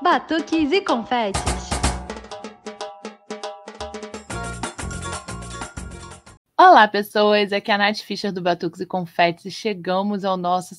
Batuques e confetes. Olá, pessoas! Aqui é a Nath Fischer do Batuques e Confetes e chegamos ao nosso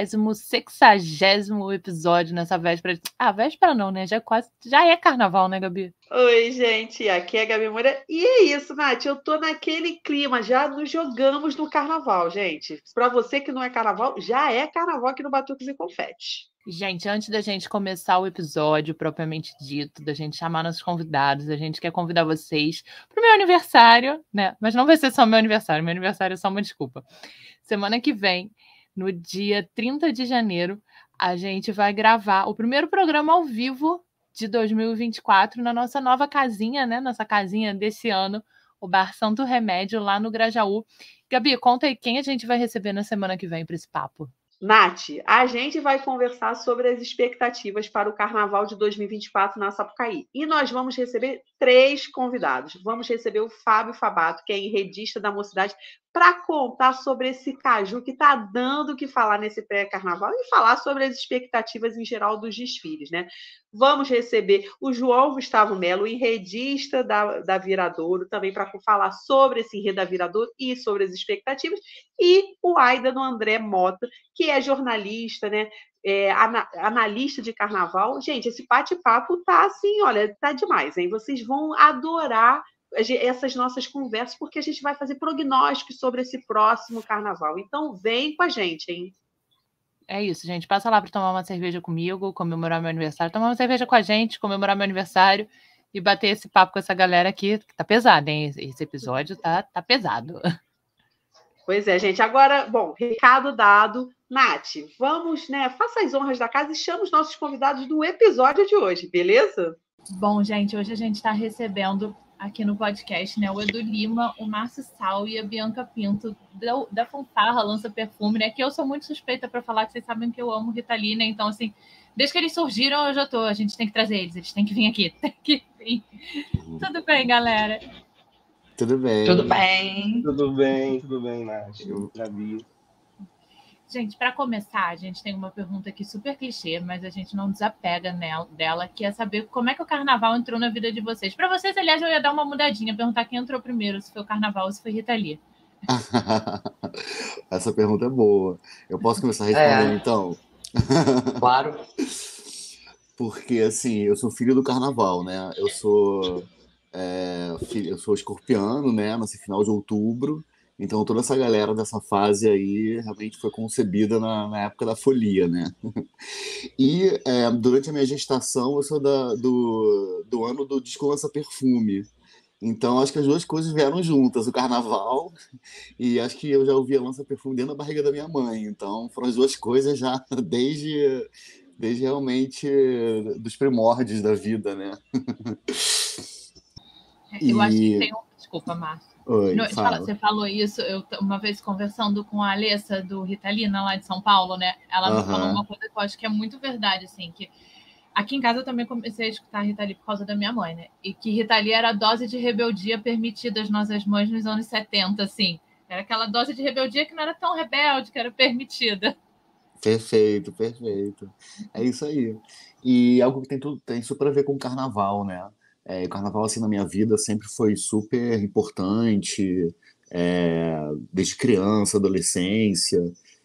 160º episódio nessa véspera. Véspera não, né? Já é carnaval, né, Gabi? Oi, gente, aqui é a Gabi Moura. E é isso, Nath, eu tô naquele clima, já nos jogamos no carnaval, gente. Para você que não é carnaval, já é carnaval aqui no Batuques e Confetes. Gente, antes da gente começar o episódio propriamente dito, da gente chamar nossos convidados, a gente quer convidar vocês pro meu aniversário, né? Mas não vai ser só meu aniversário é só uma desculpa. Semana que vem, no dia 30 de janeiro, a gente vai gravar o primeiro programa ao vivo de 2024 na nossa nova casinha, né? Nossa casinha desse ano, o Bar Santo Remédio, lá no Grajaú. Gabi, conta aí quem a gente vai receber na semana que vem para esse papo. Nath, a gente vai conversar sobre as expectativas para o Carnaval de 2024 na Sapucaí. E nós vamos receber 3 convidados. Vamos receber o Fábio Fabato, que é enredista da Mocidade, para contar sobre esse caju que está dando o que falar nesse pré-carnaval e falar sobre as expectativas em geral dos desfiles, né? Vamos receber o João Gustavo Melo, enredista da Viradouro, também para falar sobre esse enredo da Viradouro e sobre as expectativas, e o Aidano André Mota, que é jornalista, né? Analista de carnaval. Gente, esse bate-papo tá assim, olha, tá demais, hein? Vocês vão adorar essas nossas conversas, porque a gente vai fazer prognósticos sobre esse próximo carnaval. Então, vem com a gente, hein? É isso, gente. Passa lá para tomar uma cerveja comigo, comemorar meu aniversário, tomar uma cerveja com a gente, comemorar meu aniversário e bater esse papo com essa galera aqui, que tá pesado, hein? Esse episódio tá pesado. Pois é, gente. Agora, bom, recado dado. Nath, vamos, né? Faça as honras da casa e chama os nossos convidados do episódio de hoje, beleza? Bom, gente, hoje a gente está recebendo aqui no podcast, né, o Edu Lima, o Márcio Sal e a Bianca Pinto, da Fanfarra Lança Perfume, né, que eu sou muito suspeita para falar, que vocês sabem que eu amo Rita Lee, né, então, assim, desde que eles surgiram, a gente tem que trazer eles têm que vir aqui, tem que vir. Tudo bem, galera? Tudo bem. Tudo bem. Tudo bem, Nath. Eu vi. Gente, para começar, a gente tem uma pergunta aqui super clichê, mas a gente não desapega dela, que é saber como é que o carnaval entrou na vida de vocês. Para vocês, aliás, eu ia dar uma mudadinha, perguntar quem entrou primeiro, se foi o carnaval ou se foi Rita Lee. Essa pergunta é boa. Eu posso começar respondendo, então? Claro. Porque, assim, eu sou filho do carnaval, né? Eu sou escorpiano, né? Nasci final de outubro. Então, toda essa galera dessa fase aí realmente foi concebida na época da folia, né? E durante a minha gestação, eu sou do ano do disco Lança Perfume. Então, acho que as duas coisas vieram juntas, o carnaval, e acho que eu já ouvia Lança Perfume dentro da barriga da minha mãe. Então, foram as duas coisas já desde realmente dos primórdios da vida, né? Eu acho que tem um... Desculpa, Márcio. Oi, você falou isso, eu uma vez conversando com a Alessa do Ritalina, lá de São Paulo, né? Ela me falou uma coisa que eu acho que é muito verdade, assim, que aqui em casa eu também comecei a escutar Rita Lee por causa da minha mãe, né? E que Rita Lee era a dose de rebeldia permitida às nossas mães nos anos 70, assim. Era aquela dose de rebeldia que não era tão rebelde, que era permitida. Perfeito. É isso aí. E algo que tem super a ver com o carnaval, né? O carnaval, assim, na minha vida sempre foi super importante, desde criança, adolescência.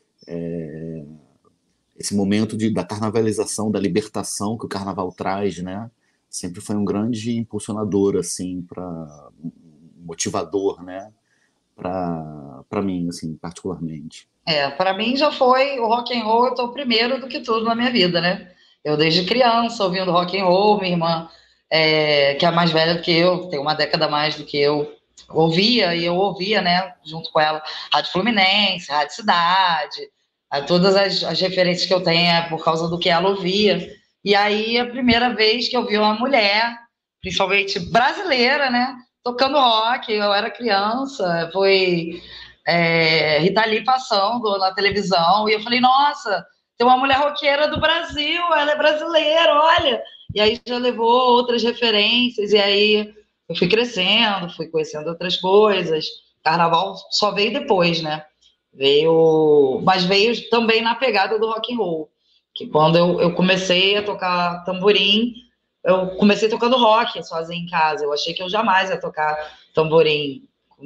Esse momento da carnavalização, da libertação que o carnaval traz, né? Sempre foi um grande impulsionador, assim, motivador, né? Para mim, assim, particularmente. Para mim já foi o rock and roll, eu tô primeiro do que tudo na minha vida, né? Eu desde criança ouvindo rock and roll, minha irmã, que é mais velha do que eu, tem uma década a mais do que eu, ouvia, né, junto com ela, Rádio Fluminense, Rádio Cidade, todas as referências que eu tenho é por causa do que ela ouvia. E aí, a primeira vez que eu vi uma mulher, principalmente brasileira, né, tocando rock, eu era criança, foi Rita Lee passando na televisão, e eu falei, nossa, tem uma mulher roqueira do Brasil, ela é brasileira, olha. E aí já levou outras referências, e aí eu fui crescendo, fui conhecendo outras coisas. Carnaval só veio depois, né? Mas veio também na pegada do rock and roll. Que quando eu comecei a tocar tamborim, eu comecei tocando rock sozinha em casa. Eu achei que eu jamais ia tocar tamborim,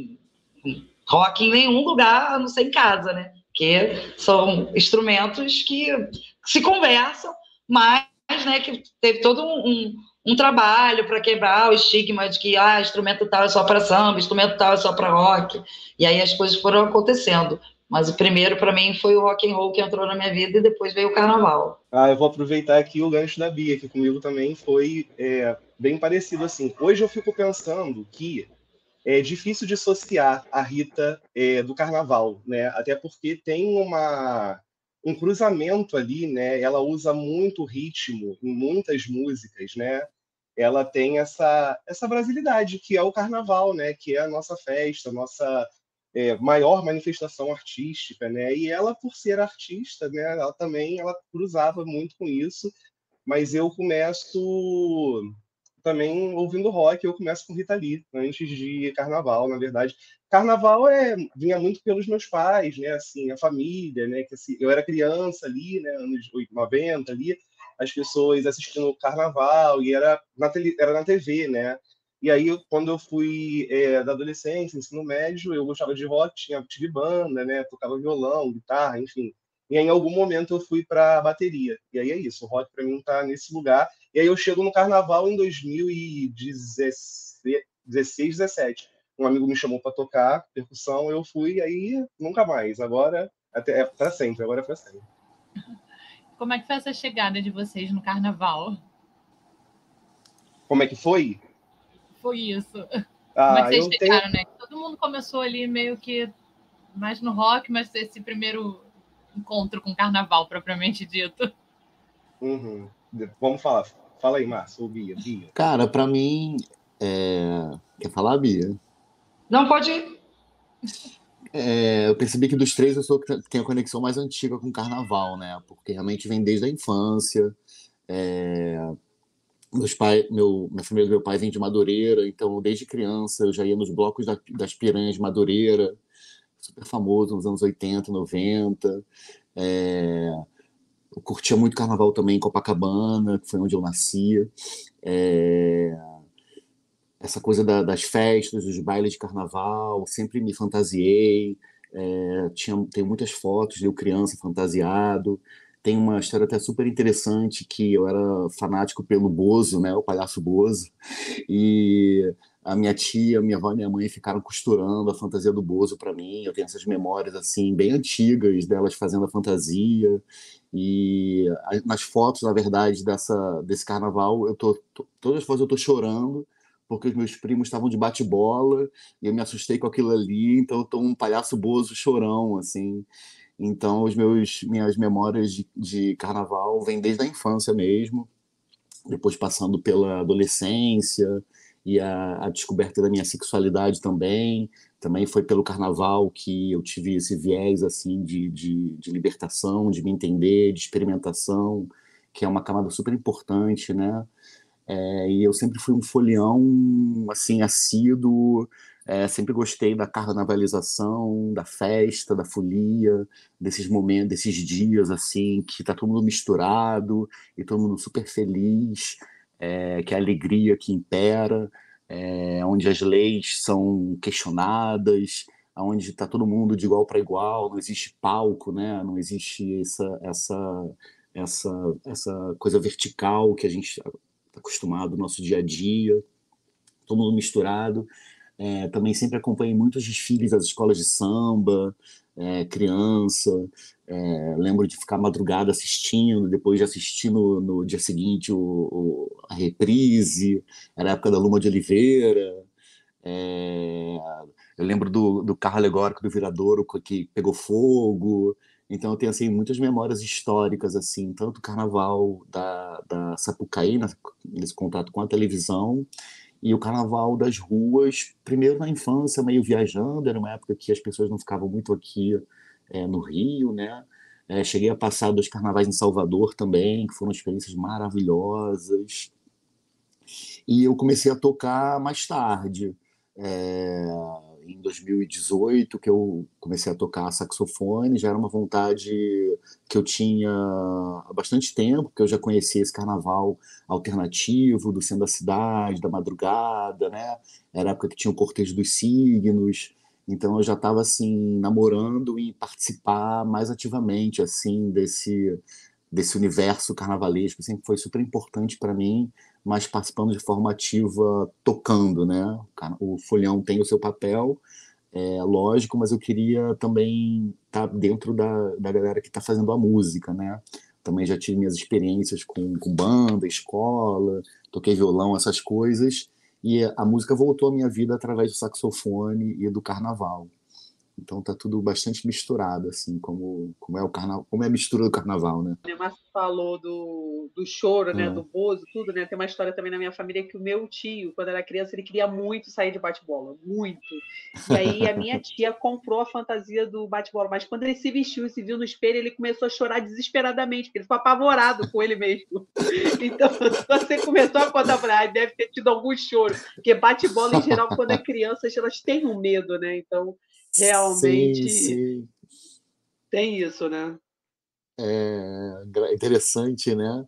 rock em nenhum lugar, a não ser em casa, né? Porque são instrumentos que se conversam, mas, né, que teve todo um trabalho para quebrar o estigma de que instrumento tal é só para samba, instrumento tal é só para rock. E aí as coisas foram acontecendo. Mas o primeiro para mim foi o rock and roll que entrou na minha vida e depois veio o carnaval. Eu vou aproveitar aqui o gancho da Bia, que comigo também foi bem parecido assim. Hoje eu fico pensando que é difícil dissociar a Rita do carnaval, né? Até porque tem um cruzamento ali, né? Ela usa muito ritmo em muitas músicas, né? Ela tem essa brasilidade que é o carnaval, né? Que é a nossa festa, a nossa maior manifestação artística, né? E ela, por ser artista, né? Ela cruzava muito com isso. Mas eu começo também ouvindo rock, eu começo com Rita Lee, antes de carnaval, na verdade. Carnaval vinha muito pelos meus pais, né, assim, a família, né, que assim, eu era criança ali, né, anos 90 ali, as pessoas assistindo carnaval, e era na TV, né, e aí, quando eu fui da adolescência, ensino médio, eu gostava de rock, tive banda, né, tocava violão, guitarra, enfim. E aí, em algum momento eu fui para bateria. E aí é isso, o rock para mim tá nesse lugar. E aí eu chego no carnaval em 2016, 17. Um amigo me chamou para tocar percussão, eu fui, e aí nunca mais. Agora até para sempre, agora é para sempre. Como é que foi essa chegada de vocês no carnaval? Como é que foi? Foi isso. Como é que vocês chegaram, né? Todo mundo começou ali meio que mais no rock, mas esse primeiro encontro com carnaval, propriamente dito. Uhum. Vamos falar. Fala aí, Márcio, ou Bia. Cara, pra mim... Quer falar, Bia? Não, pode ir. Eu percebi que dos três eu sou que tem a conexão mais antiga com o carnaval, né? Porque realmente vem desde a infância. Minha família do meu pai vem de Madureira, então desde criança eu já ia nos blocos das Piranhas de Madureira, super famoso nos anos 80, 90. Eu curtia muito carnaval também em Copacabana, que foi onde eu nascia. Essa coisa das festas, dos bailes de carnaval, sempre me fantasiei. Tenho muitas fotos de eu criança fantasiado. Tem uma história até super interessante que eu era fanático pelo Bozo, né, o palhaço Bozo, e a minha tia, minha avó e minha mãe ficaram costurando a fantasia do Bozo para mim. Eu tenho essas memórias assim bem antigas delas fazendo a fantasia. E nas fotos, na verdade, desse carnaval, todas as fotos eu tô chorando porque os meus primos estavam de bate-bola e eu me assustei com aquilo ali, então eu tô um palhaço Bozo chorão, assim. Então, minhas memórias de carnaval vêm desde a infância mesmo, depois passando pela adolescência e a descoberta da minha sexualidade também. Também foi pelo carnaval que eu tive esse viés assim de libertação, de me entender, de experimentação, que é uma camada super importante, né? E eu sempre fui um folião assim, assíduo. Sempre gostei da carnavalização, da festa, da folia, desses momentos, desses dias assim que tá todo mundo misturado e todo mundo super feliz, que é a alegria que impera, onde as leis são questionadas, onde está todo mundo de igual para igual, não existe palco, né? Não existe essa coisa vertical que a gente está acostumado no nosso dia a dia, todo mundo misturado. Também sempre acompanhei muitos desfiles das escolas de samba, criança. Lembro de ficar madrugada assistindo, depois de assistir no dia seguinte a reprise, era a época da Luma de Oliveira. Eu lembro do carro alegórico do Viradouro que pegou fogo. Então eu tenho assim, muitas memórias históricas, assim, tanto do carnaval da Sapucaí, nesse contato com a televisão, e o carnaval das ruas, primeiro na infância, meio viajando, era uma época que as pessoas não ficavam muito aqui no Rio, né? Cheguei a passar 2 carnavais em Salvador também, que foram experiências maravilhosas. E eu comecei a tocar mais tarde, em 2018 que eu comecei a tocar saxofone, já era uma vontade que eu tinha há bastante tempo, porque eu já conhecia esse carnaval alternativo do centro da cidade, da madrugada, né? Era a época que tinha o cortejo dos signos, então eu já estava assim namorando e participar mais ativamente assim desse universo carnavalesco, sempre foi super importante para mim, mas participando de forma ativa, tocando, né? O Folião tem o seu papel, lógico, mas eu queria também estar dentro da galera que está fazendo a música, né? Também já tive minhas experiências com banda, escola, toquei violão, essas coisas, e a música voltou à minha vida através do saxofone e do carnaval. Então tá tudo bastante misturado, assim, como é o carnaval, como é a mistura do carnaval, né? O Márcio falou do choro, né, do É. bozo, tudo, né? Tem uma história também na minha família que o meu tio, quando era criança, ele queria muito sair de bate-bola, muito. E aí a minha tia comprou a fantasia do bate-bola, mas quando ele se vestiu e se viu no espelho, ele começou a chorar desesperadamente, porque ele ficou apavorado com ele mesmo. Então, você começou a contar para ele, deve ter tido algum choro, porque bate-bola, em geral, quando é criança, elas têm um medo, né? Então, realmente Sim. tem isso, né? Interessante, né?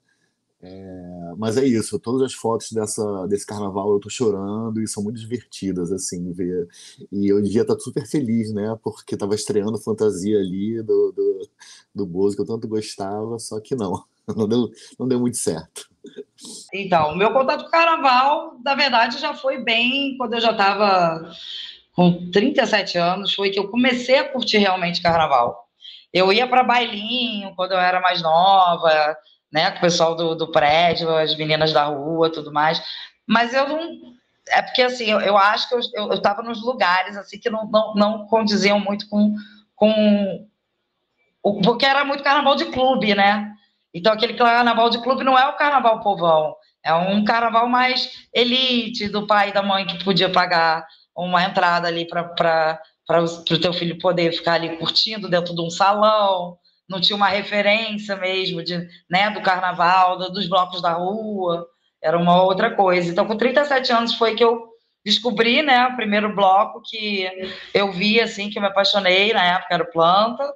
Mas é isso, todas as fotos desse carnaval eu tô chorando e são muito divertidas, assim, ver. E hoje em dia tá super feliz, né? Porque tava estreando a fantasia ali do Bozo, que eu tanto gostava, só que não, não deu muito certo. Então, o meu contato com o carnaval, na verdade, já foi bem quando eu já estava com 37 anos, foi que eu comecei a curtir realmente carnaval. Eu ia para bailinho quando eu era mais nova, né, com o pessoal do prédio, as meninas da rua, tudo mais, mas eu não... É porque, assim, eu acho que eu estava nos lugares, assim, que não condiziam muito com porque era muito carnaval de clube, né? Então, aquele carnaval de clube não é o carnaval povão, é um carnaval mais elite, do pai e da mãe que podia pagar uma entrada ali para o teu filho poder ficar ali curtindo dentro de um salão, não tinha uma referência mesmo né, do carnaval, dos blocos da rua, era uma outra coisa. Então, com 37 anos foi que eu descobri, né, o primeiro bloco que eu vi, assim, que eu me apaixonei, na época era o Planta,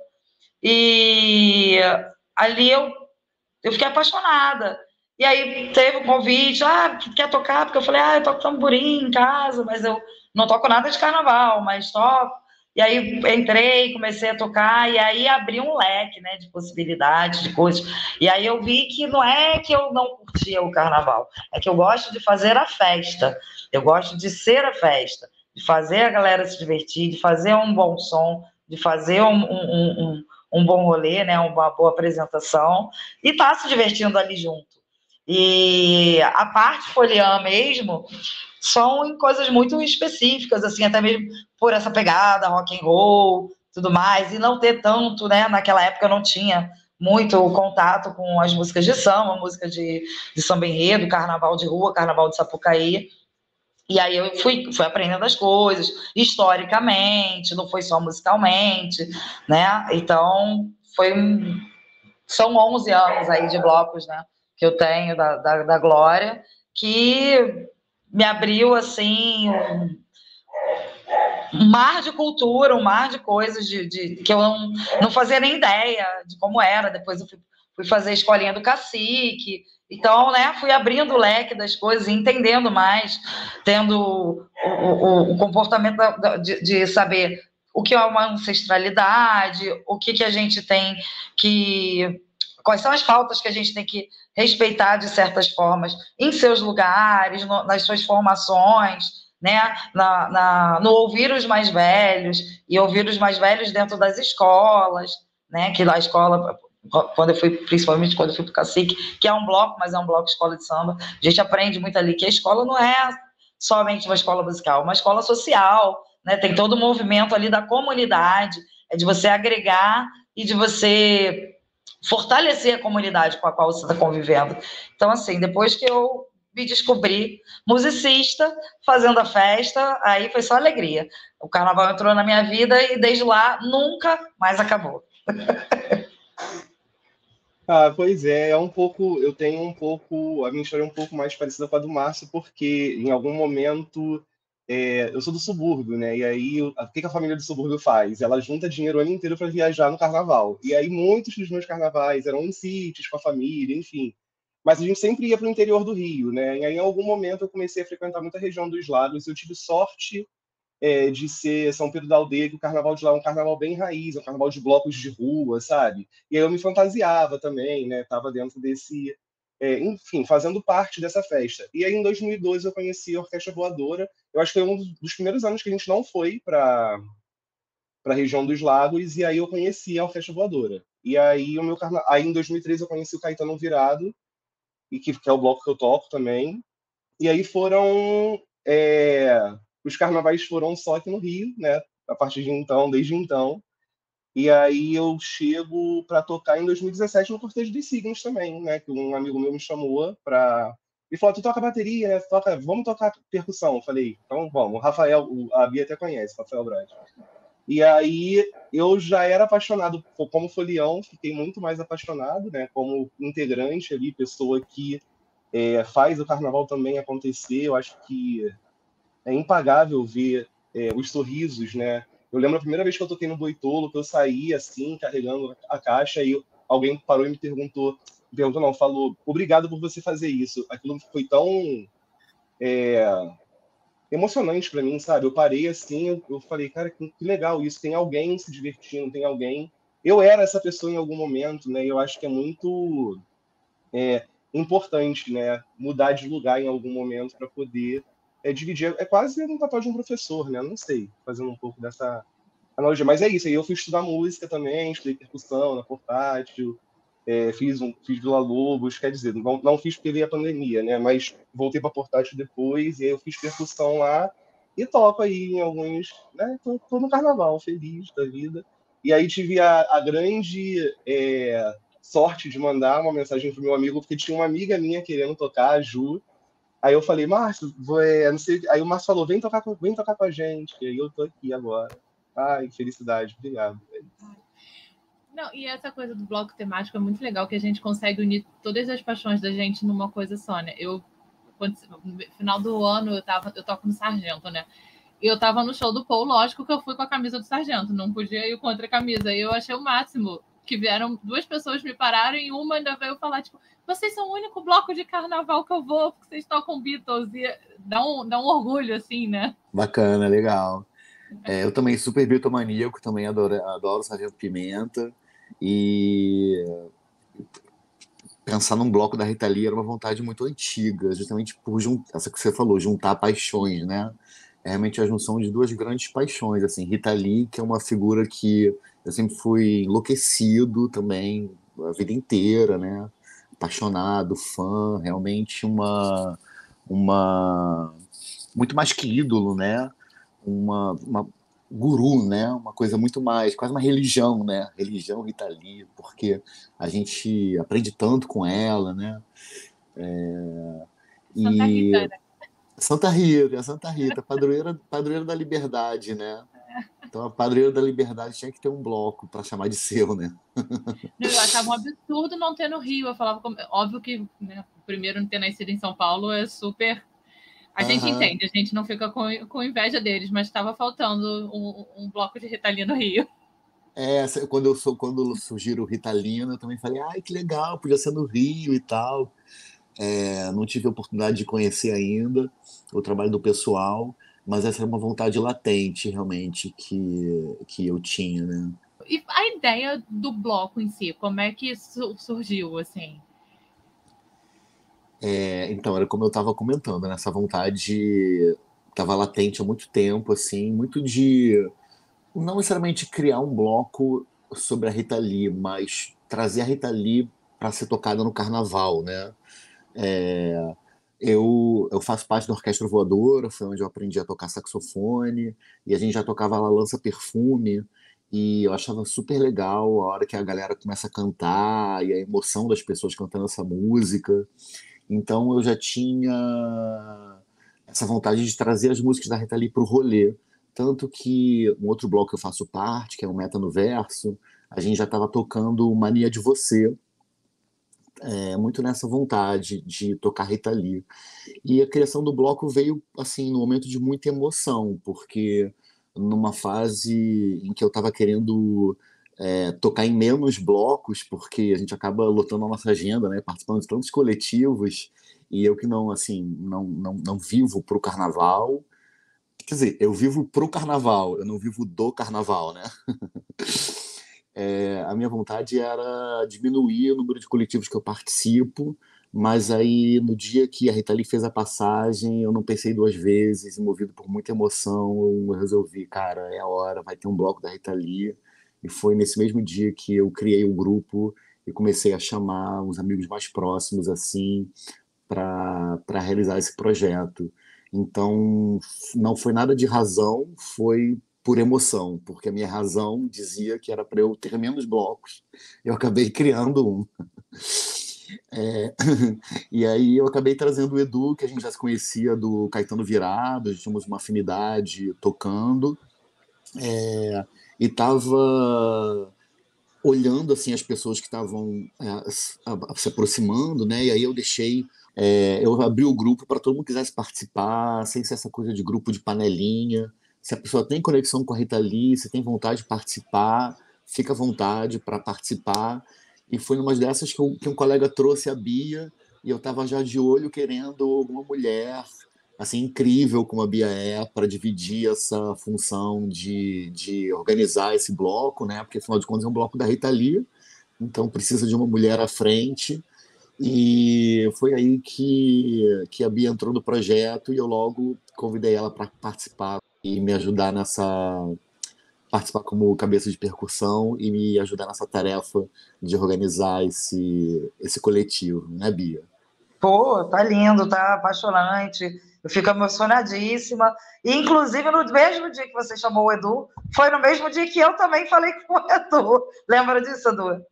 e ali eu fiquei apaixonada. E aí teve um convite, quer tocar? Porque eu falei, eu toco tamborim em casa, mas eu não toco nada de carnaval, mas toco. E aí entrei, comecei a tocar, e aí abri um leque, né, de possibilidades, de coisas. E aí eu vi que não é que eu não curtia o carnaval, é que eu gosto de fazer a festa, eu gosto de ser a festa, de fazer a galera se divertir, de fazer um bom som, de fazer um bom rolê, né, uma boa apresentação, e tá se divertindo ali junto. E a parte foliã mesmo são em coisas muito específicas, assim, até mesmo por essa pegada rock and roll, tudo mais, e não ter tanto, né, naquela época eu não tinha muito contato com as músicas de samba, música de samba enredo, carnaval de rua, carnaval de Sapucaí. E aí eu fui aprendendo as coisas, historicamente, não foi só musicalmente, né? Então, são 11 anos aí de blocos, né, que eu tenho da Glória, que me abriu, assim, um mar de cultura, um mar de coisas que eu não fazia nem ideia de como era. Depois eu fui fazer a escolinha do cacique. Então, né, fui abrindo o leque das coisas, entendendo mais, tendo o comportamento de saber o que é uma ancestralidade, o que a gente tem quais são as pautas que a gente tem que respeitar de certas formas em seus lugares, nas suas formações, né, no ouvir os mais velhos, e ouvir os mais velhos dentro das escolas, né, que a escola, principalmente quando eu fui para o Cacique, que é um bloco, mas é um bloco de escola de samba, a gente aprende muito ali que a escola não é somente uma escola musical, é uma escola social, né, tem todo o movimento ali da comunidade, é de você agregar e de você fortalecer a comunidade com a qual você está convivendo. Então, assim, depois que eu me descobri musicista, fazendo a festa, aí foi só alegria. O carnaval entrou na minha vida e desde lá nunca mais acabou. Pois é, eu tenho um pouco, a minha história é um pouco mais parecida com a do Márcio, porque em algum momento eu sou do subúrbio, né? E aí, o que que a família do subúrbio faz? Ela junta dinheiro o ano inteiro para viajar no carnaval. E aí, muitos dos meus carnavais eram em sítios, com a família, enfim. Mas a gente sempre ia para o interior do Rio, né? E aí, em algum momento, eu comecei a frequentar muita região dos lagos. Eu tive sorte, de ser São Pedro da Aldeia, que o carnaval de lá é um carnaval bem raiz, é um carnaval de blocos de rua, sabe? E aí eu me fantasiava também, né? Tava dentro desse, enfim, fazendo parte dessa festa. E aí em 2012 eu conheci a Orquestra Voadora. Eu acho que foi um dos primeiros anos que a gente não foi para a região dos lagos, e aí eu conheci a Orquestra Voadora. E aí aí em 2013 eu conheci o Caetano Virado, que é o bloco que eu toco também. E aí os carnavais foram só aqui no Rio, né? A partir de então, desde então. E aí eu chego para tocar em 2017 no Cortejo dos Signos também, né? Que um amigo meu me chamou para e falou: tu toca bateria, né? Vamos tocar percussão. Eu falei: então vamos. O Rafael, a Bia até conhece, Rafael Braz. E aí eu já era apaixonado como folião, fiquei muito mais apaixonado, né? Como integrante ali, pessoa que faz o carnaval também acontecer. Eu acho que é impagável ver os sorrisos, né? Eu lembro a primeira vez que eu toquei no Boitolo, que eu saí assim, carregando a caixa, e alguém parou e me perguntou não, falou, obrigado por você fazer isso. Aquilo foi tão emocionante para mim, sabe? Eu parei assim, eu falei, cara, que legal isso, tem alguém se divertindo, tem alguém. Eu era essa pessoa em algum momento, né? E eu acho que é muito importante, né? Mudar de lugar em algum momento para poder dividir. É quase um papel de um professor, né? Não sei, fazendo um pouco dessa analogia. Mas é isso. Aí eu fui estudar música também, estudei percussão na portátil, fiz Villa-Lobos, quer dizer, não fiz porque veio a pandemia, né? Mas voltei para portátil depois, e aí eu fiz percussão lá e toco aí em alguns, né? Tô no carnaval, feliz da vida. E aí tive a grande sorte de mandar uma mensagem pro meu amigo, porque tinha uma amiga minha querendo tocar, a Ju. Aí eu falei, Márcio, não sei. Aí o Márcio falou, vem tocar com a gente. E aí eu tô aqui agora. Ai, que felicidade, obrigado. Não, e essa coisa do bloco temático é muito legal, que a gente consegue unir todas as paixões da gente numa coisa só, né? No final do ano, eu toco no Sargento, né? E eu tava no show do Paul, lógico que eu fui com a camisa do Sargento, não podia ir com outra camisa. E eu achei o máximo, que vieram 2 pessoas me pararam e uma ainda veio falar, tipo, vocês são o único bloco de carnaval que eu vou, porque vocês tocam Beatles. E dá um orgulho, assim, né? Bacana, legal. Eu também super bitomaníaco, também adoro Sargento Pimenta. E pensar num bloco da Rita Lee era uma vontade muito antiga, justamente por essa que você falou, juntar paixões, né? É realmente a junção de 2 grandes paixões, assim, Rita Lee, que é uma figura que eu sempre fui enlouquecido também, a vida inteira, né? Apaixonado, fã, realmente uma muito mais que ídolo, né? Uma guru, né? Uma coisa muito mais, quase uma religião, né? Religião Rita Lee, porque a gente aprende tanto com ela, né? Santa E Rita, né? Santa Rita, padroeira da liberdade, né? Então a padroeira da liberdade tinha que ter um bloco para chamar de seu, né? Eu achava um absurdo não ter no Rio. Eu falava, óbvio que, né, primeiro não ter nascido em São Paulo é super. A gente Aham. entende, a gente não fica com inveja deles, mas estava faltando um bloco de Rita Lee no Rio. Quando surgiram o Ritalina, eu também falei, ai, que legal, podia ser no Rio e tal. Não tive a oportunidade de conhecer ainda o trabalho do pessoal, mas essa é uma vontade latente, realmente, que eu tinha, né? E a ideia do bloco em si, como é que isso surgiu, assim? Então, era como eu estava comentando, né? Essa vontade estava latente há muito tempo, assim, muito de não necessariamente criar um bloco sobre a Rita Lee, mas trazer a Rita Lee para ser tocada no carnaval, né? É, eu faço parte da Orquestra Voadora, foi onde eu aprendi a tocar saxofone, e a gente já tocava lá Lança Perfume, e eu achava super legal a hora que a galera começa a cantar, e a emoção das pessoas cantando essa música. Então eu já tinha essa vontade de trazer as músicas da Rita Lee para o rolê. Tanto que um outro bloco que eu faço parte, que é o Meta no Verso, a gente já estava tocando Mania de Você, muito nessa vontade de tocar Rita Lee. E a criação do bloco veio assim num momento de muita emoção, porque numa fase em que eu estava querendo tocar em menos blocos, porque a gente acaba lotando a nossa agenda, né, participando de tantos coletivos, e eu que não assim não vivo para o carnaval. Quer dizer, eu vivo pro carnaval, eu não vivo do carnaval, né? A minha vontade era diminuir o número de coletivos que eu participo, mas aí no dia que a Rita Lee fez a passagem, eu não pensei duas vezes, movido por muita emoção, eu resolvi, cara, é a hora, vai ter um bloco da Rita Lee. E foi nesse mesmo dia que eu criei o grupo e comecei a chamar os amigos mais próximos, assim, para realizar esse projeto. Então, não foi nada de razão, foi por emoção, porque a minha razão dizia que era para eu ter menos blocos. Eu acabei criando um. E aí eu acabei trazendo o Edu, que a gente já se conhecia do Caetano Virado, tínhamos uma afinidade tocando, e estava olhando assim as pessoas que estavam se aproximando, né? E aí eu deixei, eu abri o grupo para todo mundo que quisesse participar, sem ser essa coisa de grupo de panelinha. Se a pessoa tem conexão com a Rita Lee, se tem vontade de participar, fica à vontade para participar. E foi numa dessas que um colega trouxe a Bia, e eu estava já de olho querendo alguma mulher assim incrível como a Bia para dividir essa função de organizar esse bloco, né? Porque afinal de contas é um bloco da Rita Lee, então precisa de uma mulher à frente. E foi aí que a Bia entrou no projeto e eu logo convidei ela para participar e me ajudar participar como cabeça de percussão e me ajudar nessa tarefa de organizar esse coletivo, né, Bia? Pô, tá lindo, tá apaixonante. Eu fico emocionadíssima. E, inclusive, no mesmo dia que você chamou o Edu, foi no mesmo dia que eu também falei com o Edu. Lembra disso, Edu?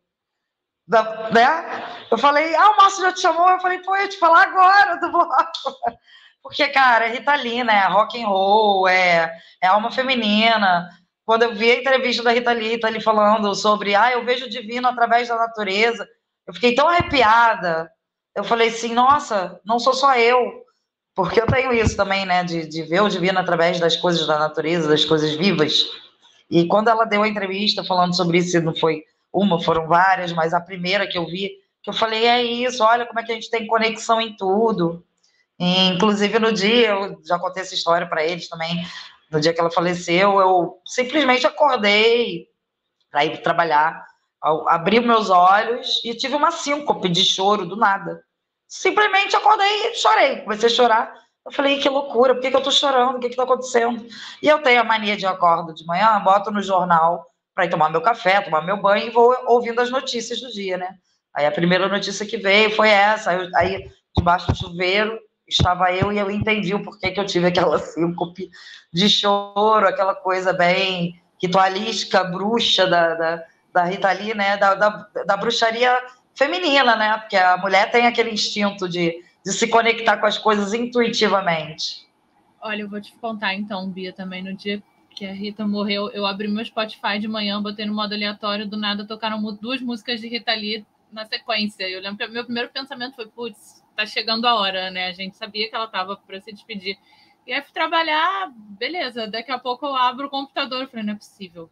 Né? Eu falei, o Márcio já te chamou? Eu falei, pô, eu ia te falar agora do bloco. Porque, cara, é Rita Lee, né? Rock and roll, é alma feminina. Quando eu vi a entrevista da Rita Lee falando sobre, eu vejo o divino através da natureza, eu fiquei tão arrepiada. Eu falei assim, nossa, não sou só eu. Porque eu tenho isso também, né? De ver o divino através das coisas da natureza, das coisas vivas. E quando ela deu a entrevista falando sobre isso, não foi uma, foram várias, mas a primeira que eu vi, que eu falei, é isso, olha como é que a gente tem conexão em tudo. E, inclusive, no dia, eu já contei essa história para eles também, no dia que ela faleceu, eu simplesmente acordei para ir trabalhar, abri meus olhos e tive uma síncope de choro do nada. Simplesmente acordei e chorei, comecei a chorar. Eu falei, que loucura, por que eu estou chorando? O que está acontecendo? E eu tenho a mania de acordo de manhã, boto no jornal para ir tomar meu café, tomar meu banho e vou ouvindo as notícias do dia, né? Aí a primeira notícia que veio foi essa, aí debaixo do chuveiro estava eu e eu entendi o porquê que eu tive aquela síncope de choro, aquela coisa bem ritualística, bruxa da Rita Lee, né? Da bruxaria feminina, né? Porque a mulher tem aquele instinto de se conectar com as coisas intuitivamente. Olha, eu vou te contar então, Bia, também no dia que a Rita morreu, eu abri meu Spotify de manhã, botei no modo aleatório, do nada tocaram 2 músicas de Rita Lee na sequência. Eu lembro que meu primeiro pensamento foi, putz, tá chegando a hora, né? A gente sabia que ela tava para se despedir. E aí fui trabalhar, beleza, daqui a pouco eu abro o computador, eu falei, não é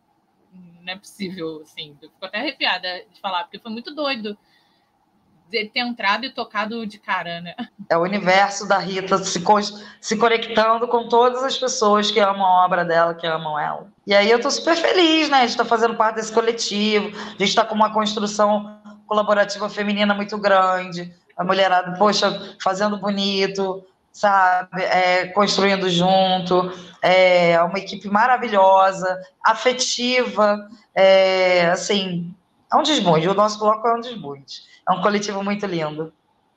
possível, assim, eu fico até arrepiada de falar, porque foi muito doido de ter entrado e tocado de cara, né? É o universo da Rita se conectando com todas as pessoas que amam a obra dela, que amam ela. E aí eu tô super feliz, né? A gente tá fazendo parte desse coletivo, a gente tá com uma construção colaborativa feminina muito grande, a mulherada, poxa, fazendo bonito, sabe? Construindo junto, é uma equipe maravilhosa, afetiva, assim, é um desbunde, o nosso bloco é um desbunde. É um coletivo muito lindo.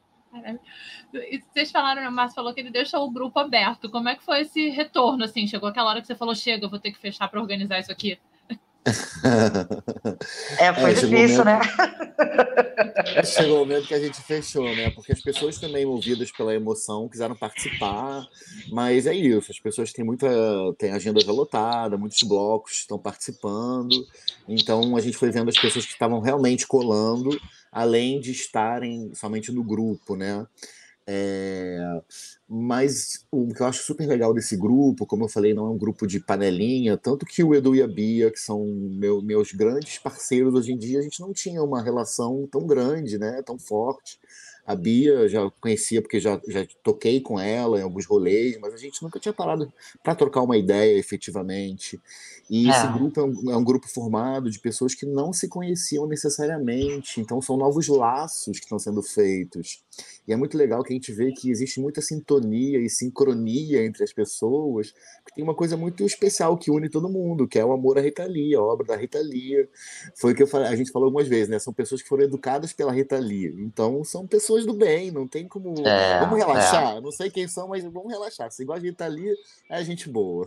E vocês falaram, o Márcio falou que ele deixou o grupo aberto. Como é que foi esse retorno, assim? Chegou aquela hora que você falou, chega, eu vou ter que fechar para organizar isso aqui? Foi difícil, né? Chegou o momento que a gente fechou, né? Porque as pessoas também, movidas pela emoção, quiseram participar, mas é isso, as pessoas têm agenda já lotada, muitos blocos estão participando, então a gente foi vendo as pessoas que estavam realmente colando, além de estarem somente no grupo, né? É, mas o que eu acho super legal desse grupo, como eu falei, não é um grupo de panelinha, tanto que o Edu e a Bia, que são meus grandes parceiros hoje em dia, a gente não tinha uma relação tão grande, né, tão forte. A Bia eu já conhecia porque já toquei com ela em alguns rolês, mas a gente nunca tinha parado para trocar uma ideia efetivamente. E esse É. grupo é um grupo formado de pessoas que não se conheciam necessariamente, então são novos laços que estão sendo feitos. E é muito legal que a gente vê que existe muita sintonia e sincronia entre as pessoas, porque tem uma coisa muito especial que une todo mundo, que é o amor à Rita Lee, a obra da Rita Lee. Foi o que a gente falou algumas vezes, né? São pessoas que foram educadas pela Rita Lee. Então são pessoas do bem, não tem como. Vamos É. relaxar? Não sei quem são, mas vamos relaxar. Se igual a Rita Lee, é gente boa.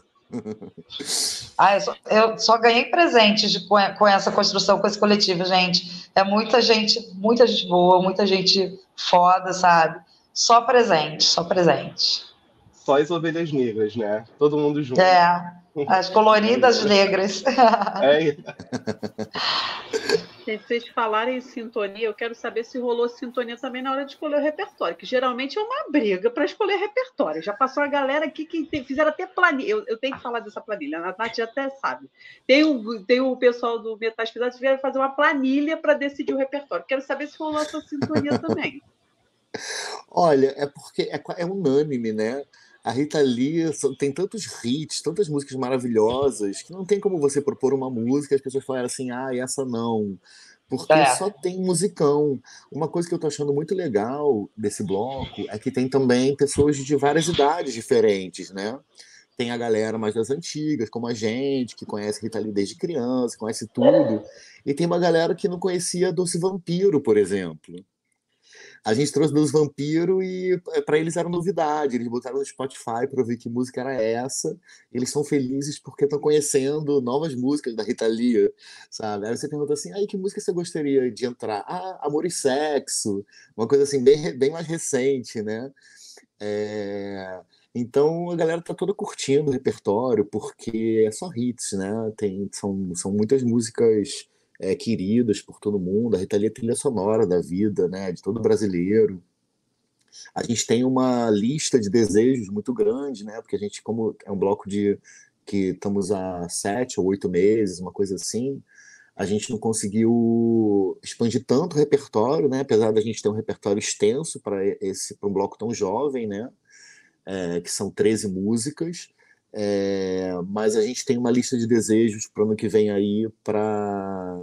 Eu só ganhei presentes com essa construção, com esse coletivo, gente. É muita gente boa, muita gente foda, sabe? Só presente, só presente. Só as ovelhas negras, né? Todo mundo junto. As coloridas negras. É, Gente, vocês falarem em sintonia, eu quero saber se rolou sintonia também na hora de escolher o repertório, que geralmente é uma briga para escolher repertório. Já passou a galera aqui que fizeram até planilha. Eu tenho que falar dessa planilha, a Nath até sabe. Tem o pessoal do Metais Pesados que vieram fazer uma planilha para decidir o repertório. Quero saber se rolou essa sintonia também. Olha, é porque é unânime, né? A Rita Lee tem tantos hits, tantas músicas maravilhosas, que não tem como você propor uma música e as pessoas falarem assim, essa não. Porque só tem musicão. Uma coisa que eu tô achando muito legal desse bloco é que tem também pessoas de várias idades diferentes, né? Tem a galera mais das antigas, como a gente, que conhece Rita Lee desde criança, conhece tudo. E tem uma galera que não conhecia Doce Vampiro, por exemplo. A gente trouxe dos Vampiro e para eles era novidade. Eles botaram no Spotify para ver que música era essa. Eles estão felizes porque estão conhecendo novas músicas da Rita Lee, sabe? Aí você pergunta assim, aí que música você gostaria de entrar? Amor e Sexo, uma coisa assim bem mais recente, né? Então a galera tá toda curtindo o repertório porque é só hits, né? São muitas músicas queridas por todo mundo. A Rita Lee é trilha sonora da vida, né? De todo brasileiro. A gente tem uma lista de desejos muito grande, né? Porque a gente, como é um bloco que estamos há 7 ou 8 meses, uma coisa assim, a gente não conseguiu expandir tanto o repertório, né? Apesar da gente ter um repertório extenso para um bloco tão jovem, né? Que são 13 músicas. Mas a gente tem uma lista de desejos para o ano que vem aí para,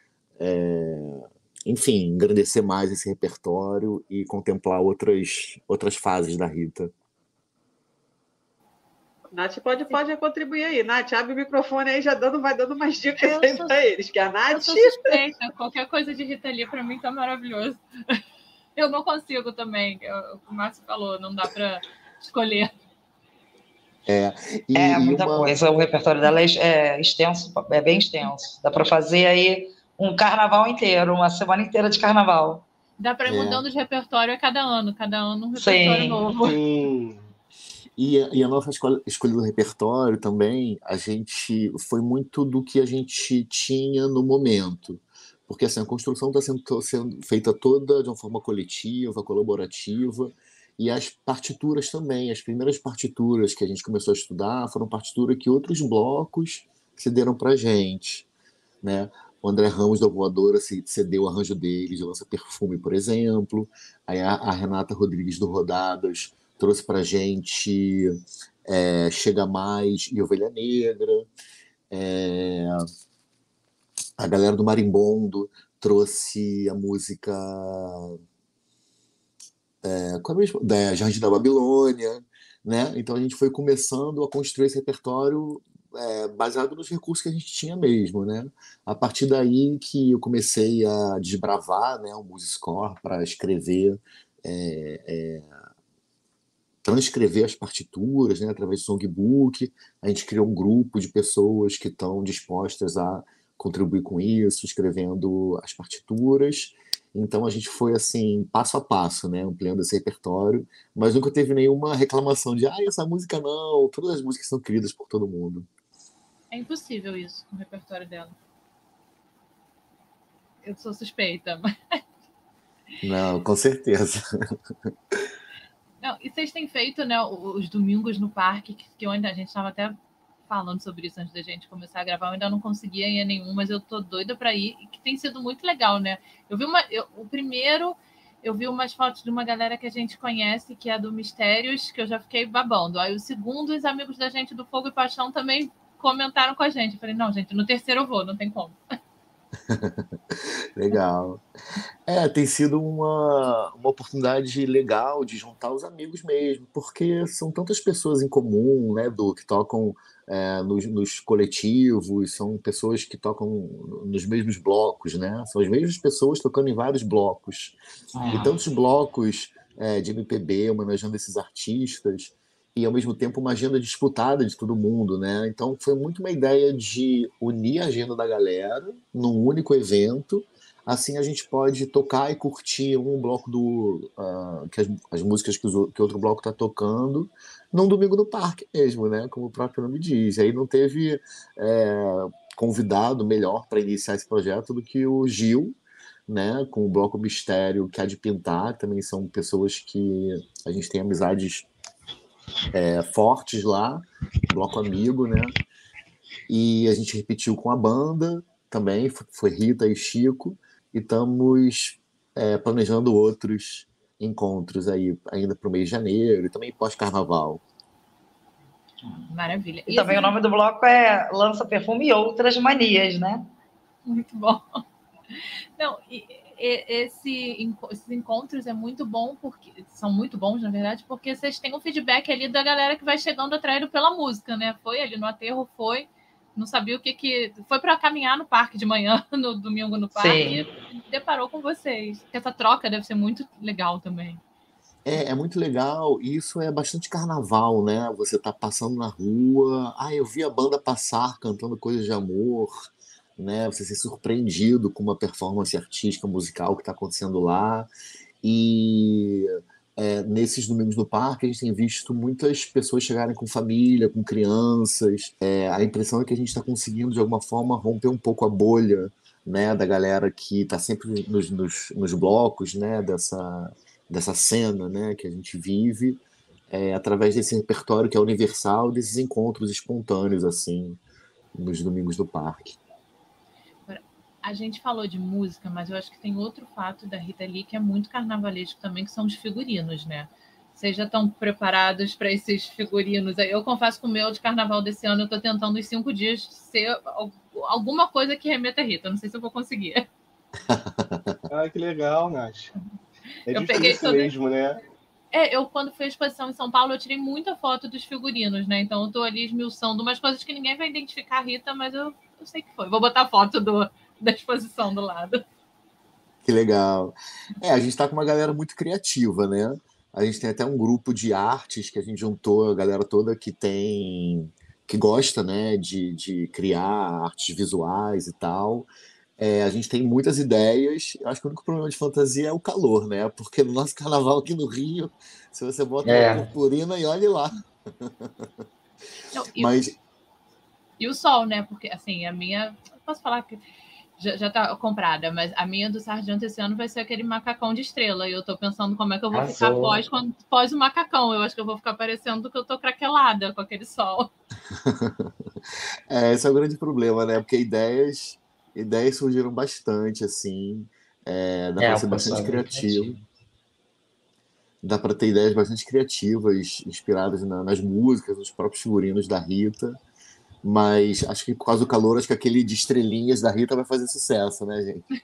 enfim, engrandecer mais esse repertório e contemplar outras fases da Rita. Nath pode contribuir aí. Nath, abre o microfone aí, vai dando umas dicas aí para eles. Que a Nath... Eu sou suspeita. Qualquer coisa de Rita Lee, para mim, tá maravilhoso. Eu não consigo também. O Márcio falou, não dá para escolher. Muita coisa. O repertório dela é extenso, é bem extenso. Dá para fazer aí um carnaval inteiro, uma semana inteira de carnaval. Dá para ir mudando de repertório a cada ano um repertório novo. Sim. E a nossa escolha do repertório também, a gente foi muito do que a gente tinha no momento. Porque assim, a construção está sendo feita toda de uma forma coletiva, colaborativa, e as partituras também. As primeiras partituras que a gente começou a estudar foram partituras que outros blocos cederam para a gente, né? O André Ramos da Voadora cedeu o arranjo dele de Lança Perfume, por exemplo. Aí a Renata Rodrigues do Rodadas trouxe pra gente Chega Mais e Ovelha Negra. A galera do Marimbondo trouxe a música qual é mesmo? Da Jardim da Babilônia, né? Então a gente foi começando a construir esse repertório baseado nos recursos que a gente tinha mesmo, né? A partir daí que eu comecei a desbravar, né, o MuseScore para escrever transcrever as partituras, né, através do songbook. A gente criou um grupo de pessoas que estão dispostas a contribuir com isso, escrevendo as partituras. Então a gente foi assim, passo a passo, né, ampliando esse repertório, mas nunca teve nenhuma reclamação de, essa música não, todas as músicas são queridas por todo mundo. É impossível isso com o repertório dela. Eu sou suspeita, mas... Não, com certeza. Não, e vocês têm feito, né, os domingos no parque, que a gente estava até falando sobre isso antes da gente começar a gravar, eu ainda não conseguia ir a nenhum, mas eu tô doida para ir, e que tem sido muito legal, né? O primeiro, eu vi umas fotos de uma galera que a gente conhece, que é do Mistérios, que eu já fiquei babando. Aí o segundo, os amigos da gente do Fogo e Paixão também comentaram com a gente. Eu falei, não, gente, no terceiro eu vou, não tem como. Legal. Tem sido uma oportunidade legal de juntar os amigos mesmo, porque são tantas pessoas em comum, né, que tocam nos coletivos, são pessoas que tocam nos mesmos blocos, né? São as mesmas pessoas tocando em vários blocos. E tantos blocos de MPB homenageando esses artistas, e ao mesmo tempo uma agenda disputada de todo mundo, né? Então foi muito uma ideia de unir a agenda da galera num único evento. Assim a gente pode tocar e curtir um bloco que as músicas que outro bloco está tocando num domingo no parque mesmo, né? Como o próprio nome diz. Aí não teve convidado melhor para iniciar esse projeto do que o Gil, né? Com o bloco Mistério, que há de pintar. Também são pessoas que a gente tem amizades fortes lá, bloco amigo, né? E a gente repetiu com a banda também, foi Rita e Chico, e estamos planejando outros encontros aí ainda para o mês de janeiro e também pós-carnaval. Maravilha. E também o nome do bloco é Lança Perfume e Outras Manias, né? Muito bom. Não, esses encontros é muito bom, porque são muito bons, na verdade, porque vocês têm um feedback ali da galera que vai chegando atraído pela música, né? Foi ali no aterro, não sabia o que... Foi para caminhar no parque de manhã, no domingo no parque, e deparou com vocês. Essa troca deve ser muito legal também. É muito legal, e isso é bastante carnaval, né? Você tá passando na rua, eu vi a banda passar cantando coisas de amor, né? Você ser surpreendido com uma performance artística, musical que está acontecendo lá. E nesses domingos no parque a gente tem visto muitas pessoas chegarem com família, com crianças. A impressão é que a gente está conseguindo, de alguma forma, romper um pouco a bolha, né, da galera que está sempre nos blocos, né, dessa cena, né, que a gente vive, através desse repertório que é universal, desses encontros espontâneos, assim, nos domingos do parque. A gente falou de música, mas eu acho que tem outro fato da Rita Lee que é muito carnavalesco também, que são os figurinos, né? Vocês já estão preparados para esses figurinos? Eu confesso que o meu de carnaval desse ano eu estou tentando os 5 dias ser alguma coisa que remeta a Rita. Não sei se eu vou conseguir. Que legal, Nath. Difícil mesmo, né? Eu, quando fui à exposição em São Paulo, eu tirei muita foto dos figurinos, né? Então eu tô ali esmiuçando umas coisas que ninguém vai identificar a Rita, mas eu sei que foi. Vou botar foto da exposição do lado. Que legal. A gente tá com uma galera muito criativa, né? A gente tem até um grupo de artes que a gente juntou a galera toda que gosta, né, de criar artes visuais e tal. A gente tem muitas ideias. Eu acho que o único problema de fantasia é o calor, né? Porque no nosso carnaval aqui no Rio, se você bota uma purpurina e olhe lá. Não, Mas... E o sol, né? Porque, assim, a minha... Posso falar que já tá comprada, mas a minha do Sargento esse ano vai ser aquele macacão de estrela. E eu tô pensando como é que eu vou ficar pós o macacão. Eu acho que eu vou ficar parecendo que eu tô craquelada com aquele sol. Esse é o grande problema, né? Porque ideias surgiram bastante, assim. Dá para ser bastante criativo. Dá para ter ideias bastante criativas, inspiradas nas músicas, nos próprios figurinos da Rita. Mas acho que por causa do calor, acho que aquele de estrelinhas da Rita vai fazer sucesso, né, gente?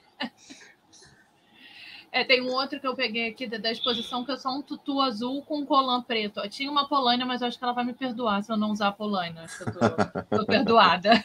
Tem um outro que eu peguei aqui da exposição, que é só um tutu azul com um colã preto. Eu tinha uma polaina, mas eu acho que ela vai me perdoar se eu não usar a polaina. Acho que eu tô perdoada.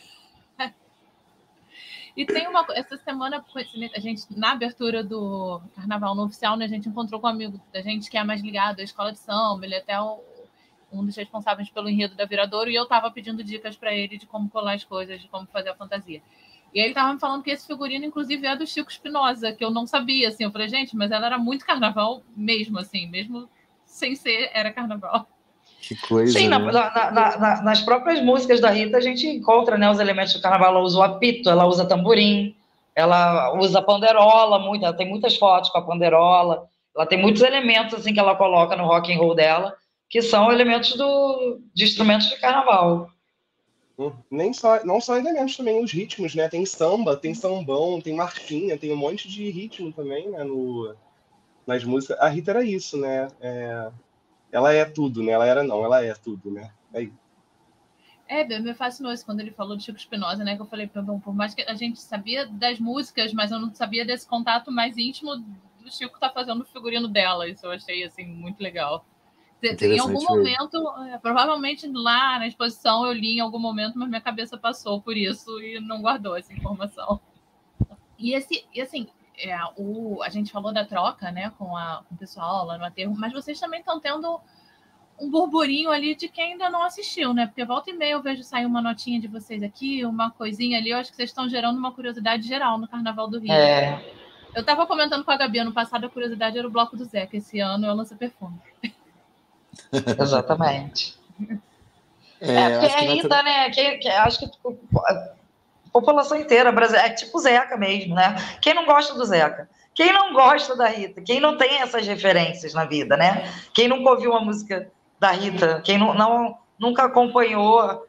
E tem essa semana, a gente, na abertura do Carnaval no Oficial, né, a gente encontrou com um amigo da gente que é mais ligado à escola de samba, ele é até um dos responsáveis pelo enredo da Viradouro, e eu estava pedindo dicas para ele de como colar as coisas, de como fazer a fantasia. E aí ele tava me falando que esse figurino, inclusive, é do Chico Espinosa, que eu não sabia, assim. Eu falei, gente, mas ela era muito carnaval mesmo, assim, mesmo sem ser, era carnaval. Que coisa, Sim, né? nas próprias músicas da Rita a gente encontra, né, os elementos do carnaval. Ela usa o apito, ela usa tamborim, ela usa panderola, muito, ela tem muitas fotos com a panderola, ela tem muitos elementos assim que ela coloca no rock and roll dela, que são elementos de instrumentos de carnaval. Não só elementos, também os ritmos, né? Tem samba, tem sambão, tem marchinha, tem um monte de ritmo também, né? Nas músicas. A Rita era isso, né? Ela é tudo, né? Ela é tudo, né? É isso. Me fascinou isso quando ele falou de Chico Espinosa, né? Que eu falei, por mais que a gente sabia das músicas, mas eu não sabia desse contato mais íntimo do Chico tá fazendo o figurino dela. Isso eu achei, assim, muito legal. Em algum momento, provavelmente lá na exposição eu li em algum momento, mas minha cabeça passou por isso e não guardou essa informação. E assim, a gente falou da troca, né, com o pessoal lá no aterro, mas vocês também estão tendo um burburinho ali de quem ainda não assistiu, né? Porque volta e meia eu vejo sair uma notinha de vocês aqui, uma coisinha ali, eu acho que vocês estão gerando uma curiosidade geral no Carnaval do Rio. Eu estava comentando com a Gabi, ano passado a curiosidade era o Bloco do Zeca, esse ano eu lanço perfume. Exatamente. Porque a Rita, né? Acho que a população inteira brasileira é tipo Zeca mesmo, né? Quem não gosta do Zeca? Quem não gosta da Rita? Quem não tem essas referências na vida, né? Quem nunca ouviu uma música da Rita? Quem nunca acompanhou,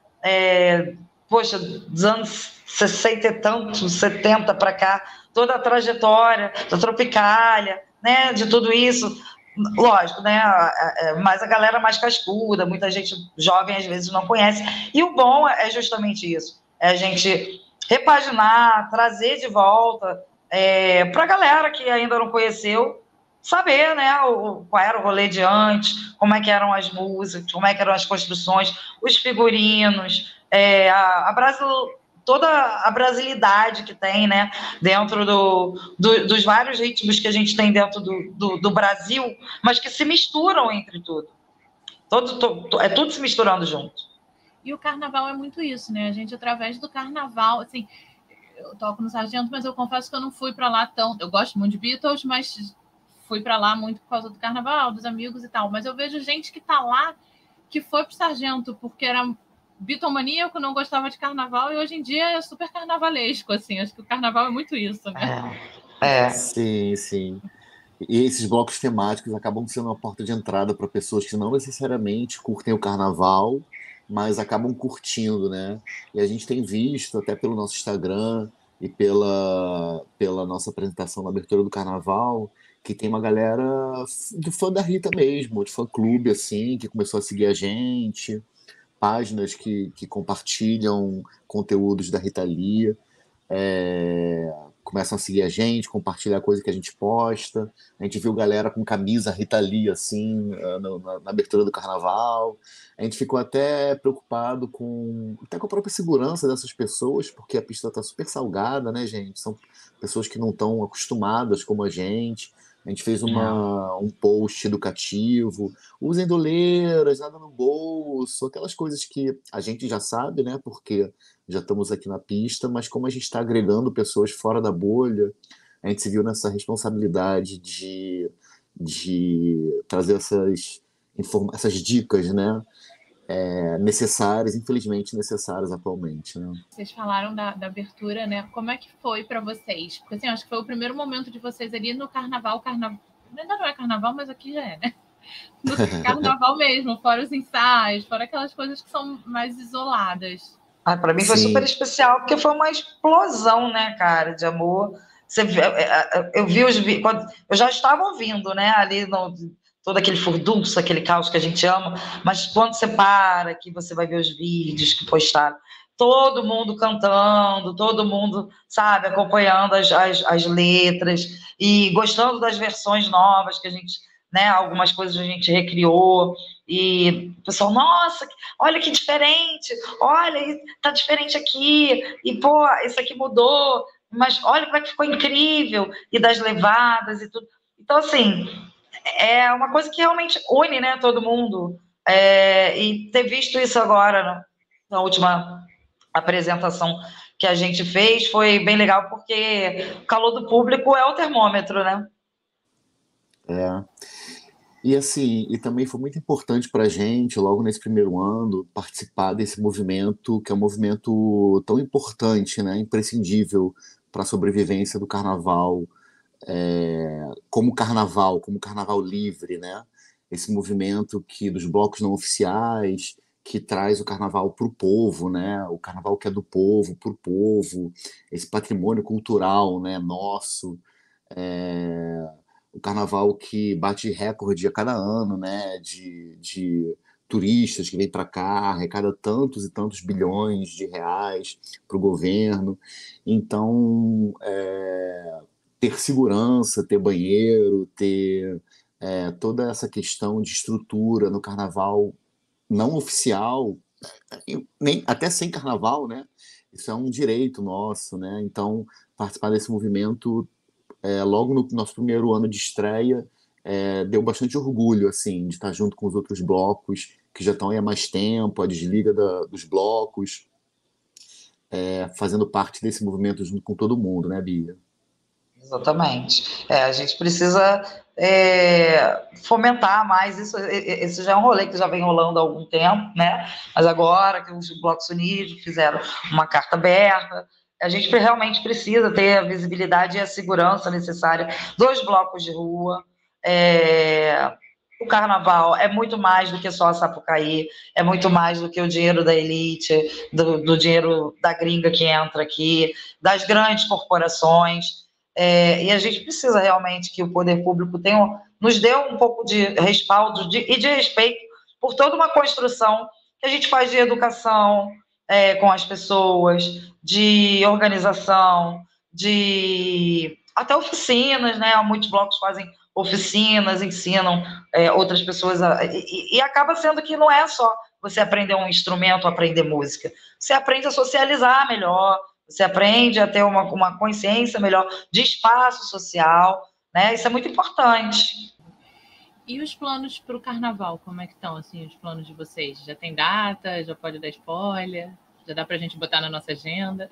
dos anos 60 e tantos, 70 para cá, toda a trajetória da Tropicália, né? De tudo isso. Lógico, né? Mas a galera mais cascuda, muita gente jovem às vezes não conhece. E o bom é justamente isso: é a gente repaginar, trazer de volta para a galera que ainda não conheceu, saber, né? Qual era o rolê de antes, como é que eram as músicas, como é que eram as construções, os figurinos, toda a brasilidade que tem, né, dentro dos vários ritmos que a gente tem dentro do Brasil, mas que se misturam entre tudo. Tudo se misturando junto. E o carnaval é muito isso, né? A gente, através do carnaval, assim, eu toco no Sargento, mas eu confesso que eu não fui para lá tão... Eu gosto muito de Beatles, mas fui para lá muito por causa do carnaval, dos amigos e tal. Mas eu vejo gente que tá lá, que foi pro Sargento porque era bitomaníaco, não gostava de carnaval, e hoje em dia é super carnavalesco, assim. Acho que o carnaval é muito isso, né? Sim, sim. E esses blocos temáticos acabam sendo uma porta de entrada para pessoas que não necessariamente curtem o carnaval, mas acabam curtindo, né? E a gente tem visto, até pelo nosso Instagram e pela nossa apresentação na abertura do carnaval, que tem uma galera de fã da Rita mesmo, de fã-clube, assim, que começou a seguir a gente, páginas que compartilham conteúdos da Rita Lee, começam a seguir a gente, compartilhar coisa que a gente posta. A gente viu galera com camisa Rita Lee, assim, na abertura do carnaval. A gente ficou até preocupado até com a própria segurança dessas pessoas, porque a pista está super salgada, né, gente? São pessoas que não estão acostumadas como a gente. A gente fez um post educativo, usem doleiras, nada no bolso, aquelas coisas que a gente já sabe, né? Porque já estamos aqui na pista, mas como a gente está agregando pessoas fora da bolha, a gente se viu nessa responsabilidade de trazer essas dicas, né? Necessárias, infelizmente necessárias atualmente, né? Vocês falaram da abertura, né? Como é que foi para vocês? Porque assim, acho que foi o primeiro momento de vocês ali no carnaval. Ainda não é carnaval, mas aqui já é, né? No carnaval mesmo, fora os ensaios, fora aquelas coisas que são mais isoladas. Para mim foi super especial, porque foi uma explosão, né, cara, de amor. Eu vi eu já estava ouvindo, né, ali todo aquele furdunço, aquele caos que a gente ama, mas quando você para, que você vai ver os vídeos que postaram, todo mundo cantando, todo mundo, sabe, acompanhando as letras e gostando das versões novas que a gente, né, algumas coisas a gente recriou, e o pessoal, nossa, olha que diferente, olha, tá diferente aqui, e pô, isso aqui mudou, mas olha como é que ficou incrível, e das levadas e tudo. Então, assim, é uma coisa que realmente une, né, todo mundo. E ter visto isso agora, na última apresentação que a gente fez foi bem legal, porque o calor do público é o termômetro, né? É. E assim, e também foi muito importante para a gente, logo nesse primeiro ano, participar desse movimento, que é um movimento tão importante, né, imprescindível para a sobrevivência do carnaval, como carnaval livre, né? Esse movimento dos blocos não oficiais, que traz o carnaval para o povo, né? O carnaval que é do povo, para o povo, esse patrimônio cultural, né, nosso. É, o carnaval que bate recorde a cada ano, né, de turistas que vêm para cá, arrecada tantos e tantos bilhões de reais para o governo. Então, ter segurança, ter banheiro, ter toda essa questão de estrutura no carnaval não oficial, nem, até sem carnaval, né? Isso é um direito nosso, né? Então, participar desse movimento logo no nosso primeiro ano de estreia, deu bastante orgulho, assim, de estar junto com os outros blocos que já estão aí há mais tempo, a desliga dos blocos, fazendo parte desse movimento junto com todo mundo, né, Bia? Exatamente. A gente precisa fomentar mais isso. Esse já é um rolê que já vem rolando há algum tempo, né? Mas agora que os blocos unidos fizeram uma carta aberta, a gente realmente precisa ter a visibilidade e a segurança necessária dos blocos de rua. O carnaval é muito mais do que só a Sapucaí, é muito mais do que o dinheiro da elite, do dinheiro da gringa que entra aqui, das grandes corporações. E a gente precisa realmente que o poder público nos dê um pouco de respaldo e de respeito por toda uma construção que a gente faz de educação com as pessoas, de organização, de até oficinas, né? Muitos blocos fazem oficinas, ensinam outras pessoas e acaba sendo que não é só você aprender um instrumento, aprender música, você aprende a socializar melhor, você aprende a ter uma consciência melhor de espaço social, né? Isso é muito importante. E os planos para o carnaval, como é que estão, assim, os planos de vocês? Já tem data? Já pode dar spoiler? Já dá para a gente botar na nossa agenda?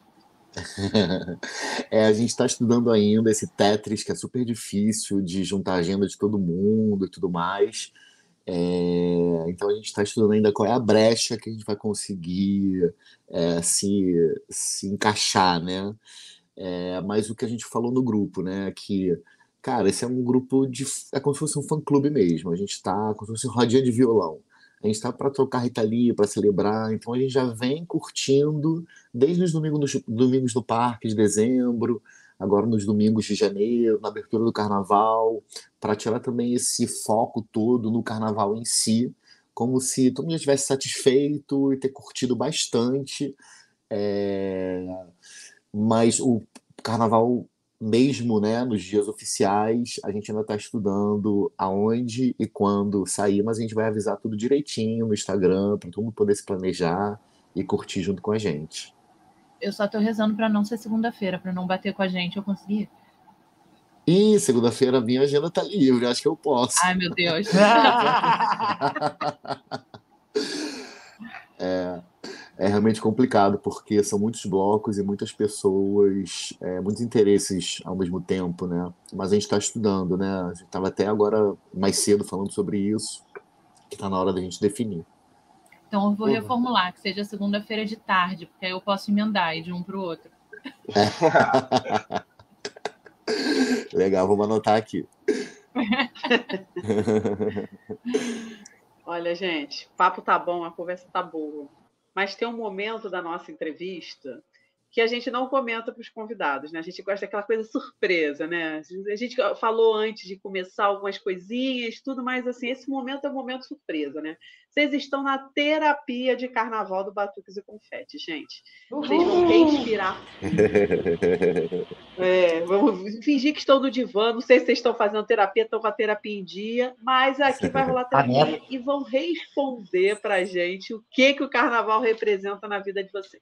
A gente está estudando ainda esse Tetris, que é super difícil de juntar a agenda de todo mundo e tudo mais. Então a gente está estudando ainda qual é a brecha que a gente vai conseguir se encaixar, né? Mas o que a gente falou no grupo, né? Que, cara, esse é um grupo é como se fosse um fã-clube mesmo. A gente está como se fosse rodinha de violão. A gente está para trocar Rita Lee, para celebrar. Então a gente já vem curtindo desde os domingos do parque de dezembro, agora nos domingos de janeiro, na abertura do carnaval, para tirar também esse foco todo no carnaval em si, como se todo mundo já estivesse satisfeito e ter curtido bastante. Mas o carnaval mesmo, né, nos dias oficiais, a gente ainda está estudando aonde e quando sair, mas a gente vai avisar tudo direitinho no Instagram, para todo mundo poder se planejar e curtir junto com a gente. Eu só estou rezando para não ser segunda-feira, para não bater com a gente, eu consegui. E segunda-feira a minha agenda tá livre, acho que eu posso. Ai, meu Deus. É realmente complicado, porque são muitos blocos e muitas pessoas, muitos interesses ao mesmo tempo, né? Mas a gente está estudando, né? A gente estava até agora mais cedo falando sobre isso, que está na hora da gente definir. Então eu vou reformular, que seja segunda-feira de tarde, porque aí eu posso emendar de um para o outro. Legal, vamos anotar aqui. Olha, gente, o papo tá bom, a conversa tá boa. Mas tem um momento da nossa entrevista que a gente não comenta para os convidados, né? A gente gosta daquela coisa surpresa, né? A gente falou antes de começar algumas coisinhas, tudo, mas assim, esse momento é um momento surpresa, né? Vocês estão na terapia de carnaval do Batuques e Confete, gente. Vocês vão respirar. Vamos fingir que estão no divã, não sei se vocês estão fazendo terapia, estão com a terapia em dia, mas aqui vai rolar terapia e vão responder para a gente o que o carnaval representa na vida de vocês.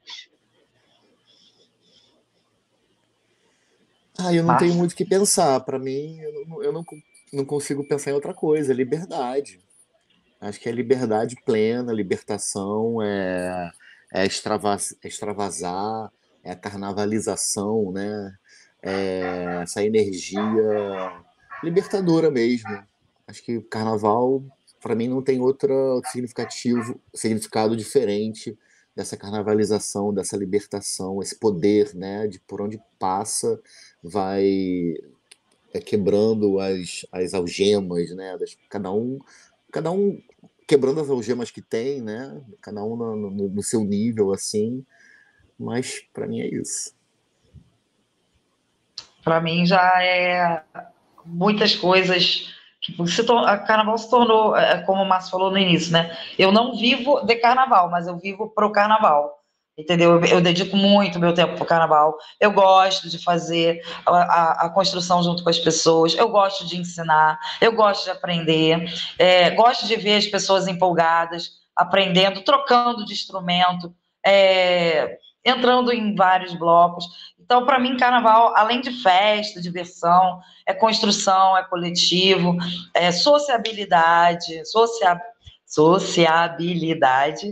Eu não tenho muito o que pensar. Para mim, eu não consigo pensar em outra coisa. Liberdade. Acho que é liberdade plena, libertação, extravasar, é a carnavalização, né? Essa energia libertadora mesmo. Acho que o carnaval, para mim, não tem outro significado diferente dessa carnavalização, dessa libertação, esse poder, né? De por onde passa, vai quebrando as algemas, né? Cada um quebrando as algemas que tem, né? Cada um no seu nível, assim. Mas para mim é isso. Para mim já é muitas coisas que carnaval se tornou, como o Márcio falou no início, né? Eu não vivo de carnaval, mas eu vivo pro carnaval. Entendeu? Eu dedico muito meu tempo pro carnaval. Eu gosto de fazer a construção junto com as pessoas. Eu gosto de ensinar. Eu gosto de aprender. Gosto de ver as pessoas empolgadas, aprendendo, trocando de instrumento, entrando em vários blocos. Então, para mim, carnaval, além de festa, diversão, é construção, é coletivo, é sociabilidade, sociabilidade,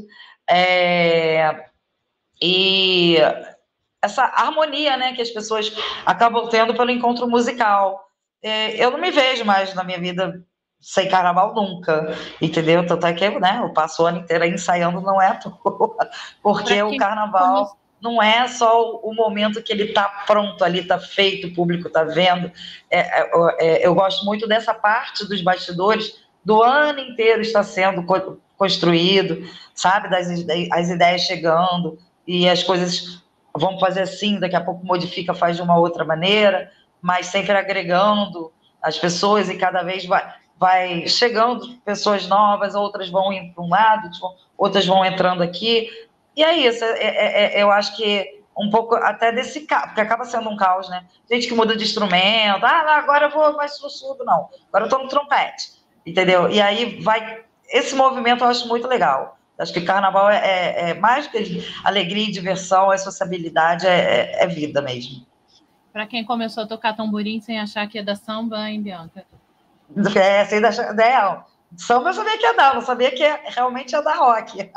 e essa harmonia, né, que as pessoas acabam tendo pelo encontro musical. Eu não me vejo mais na minha vida sem carnaval nunca, entendeu? Tanto é que eu passo o ano inteiro ensaiando, não é à toa, porque o carnaval não é só o momento que ele está pronto ali, está feito, o público está vendo. Eu gosto muito dessa parte dos bastidores, do ano inteiro está sendo construído, sabe? As ideias chegando, e as coisas vão fazer assim, daqui a pouco modifica, faz de uma outra maneira, mas sempre agregando as pessoas, e cada vez vai chegando pessoas novas, outras vão indo para um lado, outras vão entrando aqui. E é isso, eu acho que um pouco até desse caos, porque acaba sendo um caos, né? Gente que muda de instrumento, agora eu vou mais surdo, não, agora eu estou no trompete, entendeu? E aí esse movimento eu acho muito legal. Acho que carnaval é mais que alegria e diversão, é sociabilidade, é vida mesmo. Para quem começou a tocar tamborim sem achar que ia dar samba, hein, Bianca? Sem achar... Samba eu sabia que ia dar, não sabia que realmente ia dar rock.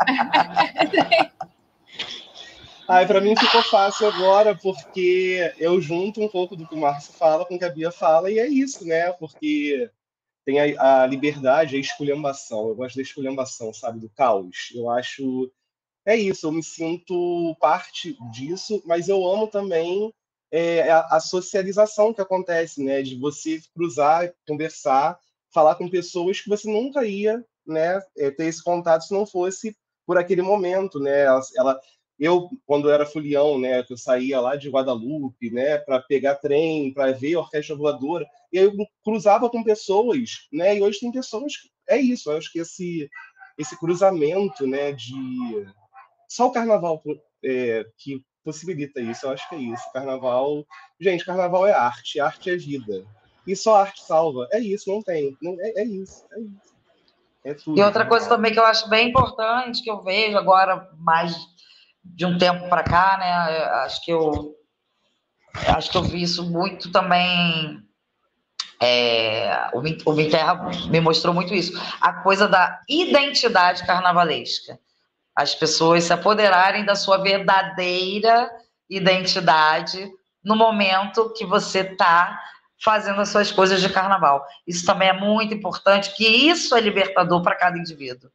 Para mim ficou fácil agora, porque eu junto um pouco do que o Márcio fala com o que a Bia fala, e é isso, né? Porque tem a liberdade, a esculhambação. Eu gosto da esculhambação, sabe? Do caos. Eu acho... É isso, eu me sinto parte disso, mas eu amo também a socialização que acontece, né? De você cruzar, conversar, falar com pessoas que você nunca ia, né, ter esse contato se não fosse por aquele momento, né? Eu, quando eu era folião, né, eu saía lá de Guadalupe, né, para pegar trem, para ver a orquestra voadora, e aí eu cruzava com pessoas, né? E hoje tem pessoas... É isso, eu acho que esse cruzamento, né, de... Só o carnaval que possibilita isso, eu acho que é isso. Carnaval... Gente, carnaval é arte é vida. E só a arte salva. É isso, não tem. É isso. É tudo. E outra coisa também que eu acho bem importante, que eu vejo agora mais de um tempo para cá, né? Acho que eu vi isso muito também. O Minterra me mostrou muito isso. A coisa da identidade carnavalesca. As pessoas se apoderarem da sua verdadeira identidade no momento que você está fazendo as suas coisas de carnaval. Isso também é muito importante, que isso é libertador para cada indivíduo.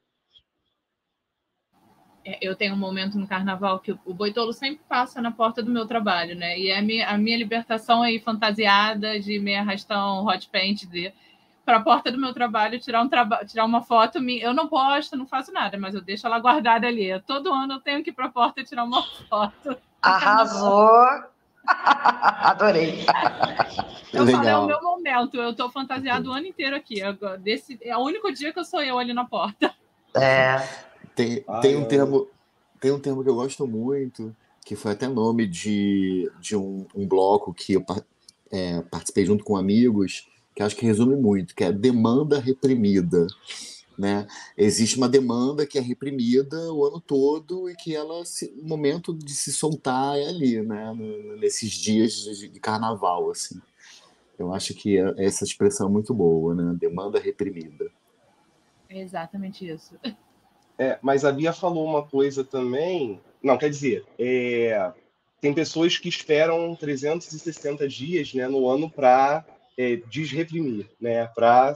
Eu tenho um momento no carnaval que o Boitolo sempre passa na porta do meu trabalho, né? E a minha libertação é ir fantasiada de meia arrastão, hot paint, para a porta do meu trabalho, tirar uma foto minha. Eu não posto, não faço nada, mas eu deixo ela guardada ali. Todo ano eu tenho que ir para a porta tirar uma foto. Arrasou! Adorei! Eu falei, é o meu momento. Eu estou fantasiado o ano inteiro aqui. É o único dia que eu sou eu ali na porta. Tem um termo que eu gosto muito, que foi até nome de um bloco que eu participei junto com amigos, que acho que resume muito, que é demanda reprimida, né? Existe uma demanda que é reprimida o ano todo e que o momento de se soltar é ali, né? Nesses dias de carnaval, assim. Eu acho que essa expressão é muito boa, né? Demanda reprimida. É exatamente isso. Mas a Bia falou uma coisa também... Não, quer dizer, tem pessoas que esperam 360 dias, né, no ano para desreprimir, né,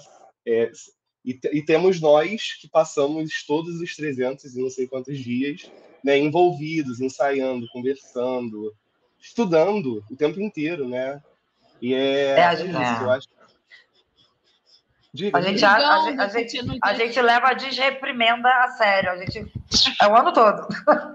e temos nós que passamos todos os 300 e não sei quantos dias, né, envolvidos, ensaiando, conversando, estudando o tempo inteiro, né? E é isso, eu acho. Diga, a gente leva a desreprimenda a sério. É o ano todo.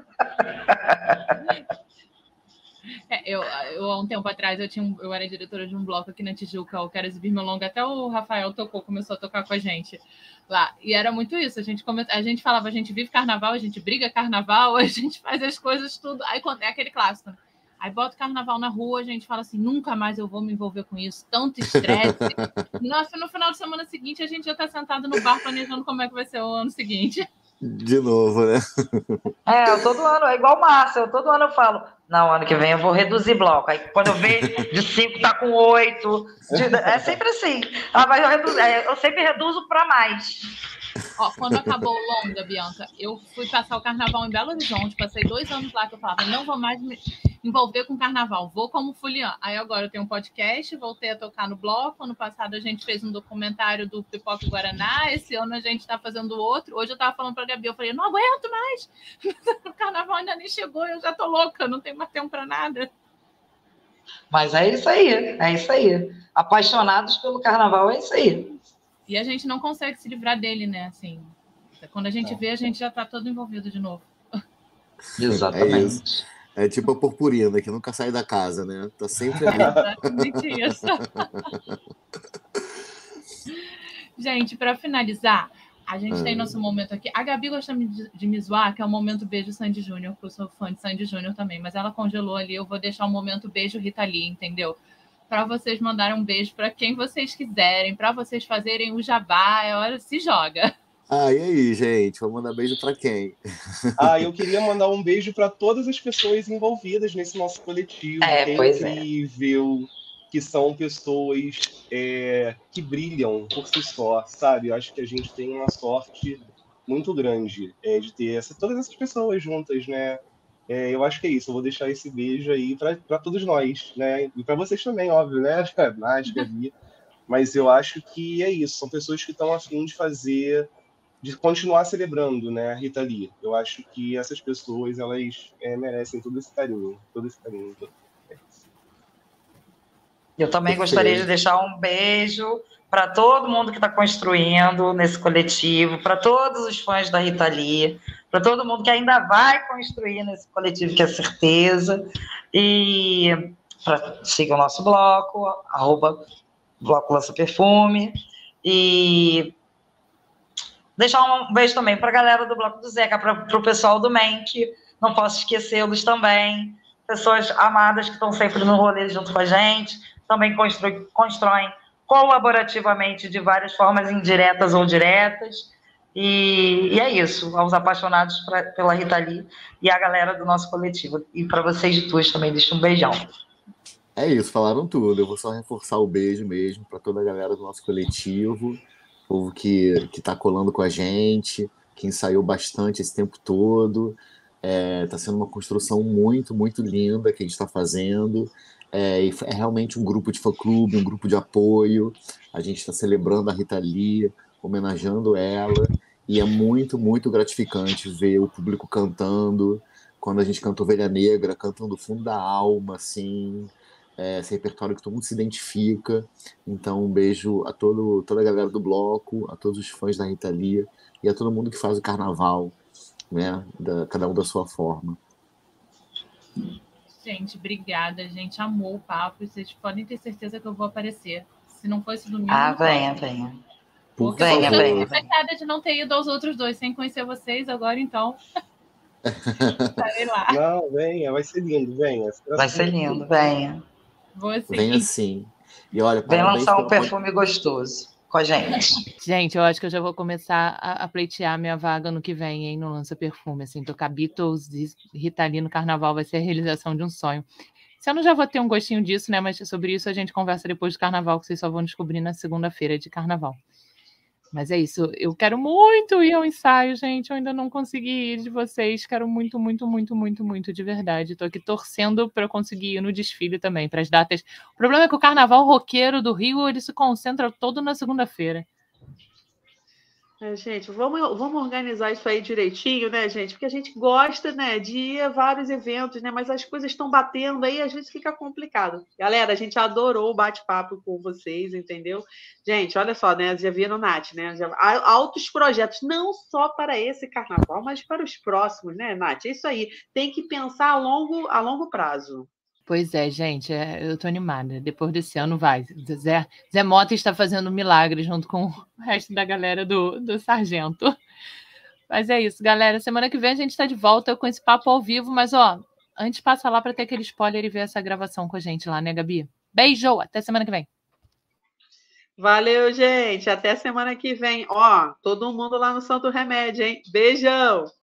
Eu há um tempo atrás, eu era diretora de um bloco aqui na Tijuca, eu Quero Exibir Meu Longa, até o Rafael começou a tocar com a gente lá. E era muito isso, a gente falava, a gente vive carnaval, a gente briga carnaval, a gente faz as coisas tudo. Aí é aquele clássico, né? Aí bota o carnaval na rua, a gente fala assim, nunca mais eu vou me envolver com isso, tanto estresse. Nossa, no final de semana seguinte, a gente já tá sentado no bar planejando como é que vai ser o ano seguinte. De novo, né? Todo ano, é igual Márcia, todo ano eu falo, não, ano que vem eu vou reduzir bloco. Aí quando eu vejo de 5 tá com 8, é sempre assim. Eu sempre reduzo para mais. Quando acabou o longa, Bianca, eu fui passar o carnaval em Belo Horizonte, passei 2 anos lá que eu falava, não vou mais me envolver com carnaval, vou como Fulian. Aí agora eu tenho um podcast, voltei a tocar no bloco, ano passado a gente fez um documentário do Pipoca e Guaraná, esse ano a gente está fazendo outro. Hoje eu estava falando para a Gabi, eu falei, não aguento mais, o carnaval ainda nem chegou, eu já tô louca, não tenho mais tempo para nada. Mas é isso aí. Apaixonados pelo carnaval, é isso aí. E a gente não consegue se livrar dele, né? Assim, quando a gente vê, a gente já está todo envolvido de novo. Exatamente. É tipo a purpurina, que nunca sai da casa, né? Tá sempre ali. Exatamente isso. Gente, para finalizar, a gente tem nosso momento aqui. A Gabi gosta de me zoar, que é o momento beijo Sandy Júnior, porque eu sou fã de Sandy Júnior também, mas ela congelou ali, eu vou deixar o momento beijo Rita Lee, entendeu? Para vocês mandarem um beijo para quem vocês quiserem, para vocês fazerem o jabá, é hora, se joga. E aí, gente? Vou mandar beijo para quem? Eu queria mandar um beijo para todas as pessoas envolvidas nesse nosso coletivo, que é incrível, que são pessoas que brilham por si só, sabe? Eu acho que a gente tem uma sorte muito grande de ter todas essas pessoas juntas, né? Eu acho que é isso, eu vou deixar esse beijo aí para todos nós, né? E para vocês também, óbvio, né? Mas eu acho que é isso, são pessoas que estão a fim de continuar celebrando, né, a Rita Lee. Eu acho que essas pessoas, elas merecem todo esse carinho. Eu também gostaria de deixar um beijo para todo mundo que está construindo nesse coletivo, para todos os fãs da Rita Lee, para todo mundo que ainda vai construir nesse coletivo, que é certeza. E siga o nosso bloco, @bloco Lança Perfume. E deixar um beijo também para a galera do Bloco do Zeca, para o pessoal do MENC, não posso esquecê-los também. Pessoas amadas que estão sempre no rolê junto com a gente, também constroem colaborativamente de várias formas, indiretas ou diretas. E é isso, aos apaixonados pela Rita Lee e a galera do nosso coletivo. E para vocês duas também, deixo um beijão. É isso, falaram tudo. Eu vou só reforçar o beijo mesmo para toda a galera do nosso coletivo, o povo que está colando com a gente, que ensaiou bastante esse tempo todo. Está sendo uma construção muito, muito linda que a gente está fazendo. É realmente um grupo de fã-clube, um grupo de apoio. A gente está celebrando a Rita Lee, homenageando ela, e é muito, muito gratificante ver o público cantando. Quando a gente canta Ovelha Negra, cantando do fundo da alma, assim, esse repertório que todo mundo se identifica. Então, um beijo a toda a galera do bloco, a todos os fãs da Rita Lee e a todo mundo que faz o carnaval, né? Cada um da sua forma. Gente, obrigada. A gente amou o papo. Vocês podem ter certeza que eu vou aparecer. Se não fosse domingo. Venha. Porque eu tô afetada de não ter ido aos outros dois, sem conhecer vocês agora, então. Estarei lá. Não, venha, vai ser lindo, venha. Vai ser lindo, venha. Venha sim. E olha, vem lançar um perfume gostoso com a gente. Gente, eu acho que eu já vou começar a pleitear minha vaga no que vem, hein, no Lança Perfume. Assim, tocar Beatles e Rita Lee no carnaval vai ser a realização de um sonho. Se eu não já vou ter um gostinho disso, né? Mas sobre isso a gente conversa depois do carnaval, que vocês só vão descobrir na segunda-feira de carnaval. Mas é isso, eu quero muito ir ao ensaio, gente. Eu ainda não consegui ir de vocês. Quero muito, muito, muito, muito, muito, de verdade. Tô aqui torcendo para eu conseguir ir no desfile também, para as datas. O problema é que o carnaval roqueiro do Rio, ele se concentra todo na segunda-feira. Gente, vamos organizar isso aí direitinho, né, gente? Porque a gente gosta, né, de ir a vários eventos, né? Mas as coisas estão batendo aí, às vezes fica complicado. Galera, a gente adorou o bate-papo com vocês, entendeu? Gente, olha só, né? Já viram, Nath, né? Há altos projetos, não só para esse carnaval, mas para os próximos, né, Nath? É isso aí. Tem que pensar a longo prazo. Pois é, gente, eu tô animada. Depois desse ano vai. Zé Mota está fazendo um milagre junto com o resto da galera do Sargento. Mas é isso, galera. Semana que vem a gente está de volta com esse papo ao vivo. Mas, ó, antes passa lá para ter aquele spoiler e ver essa gravação com a gente lá, né, Gabi? Beijo! Até semana que vem. Valeu, gente. Até semana que vem. Ó, todo mundo lá no Santo Remédio, hein? Beijão!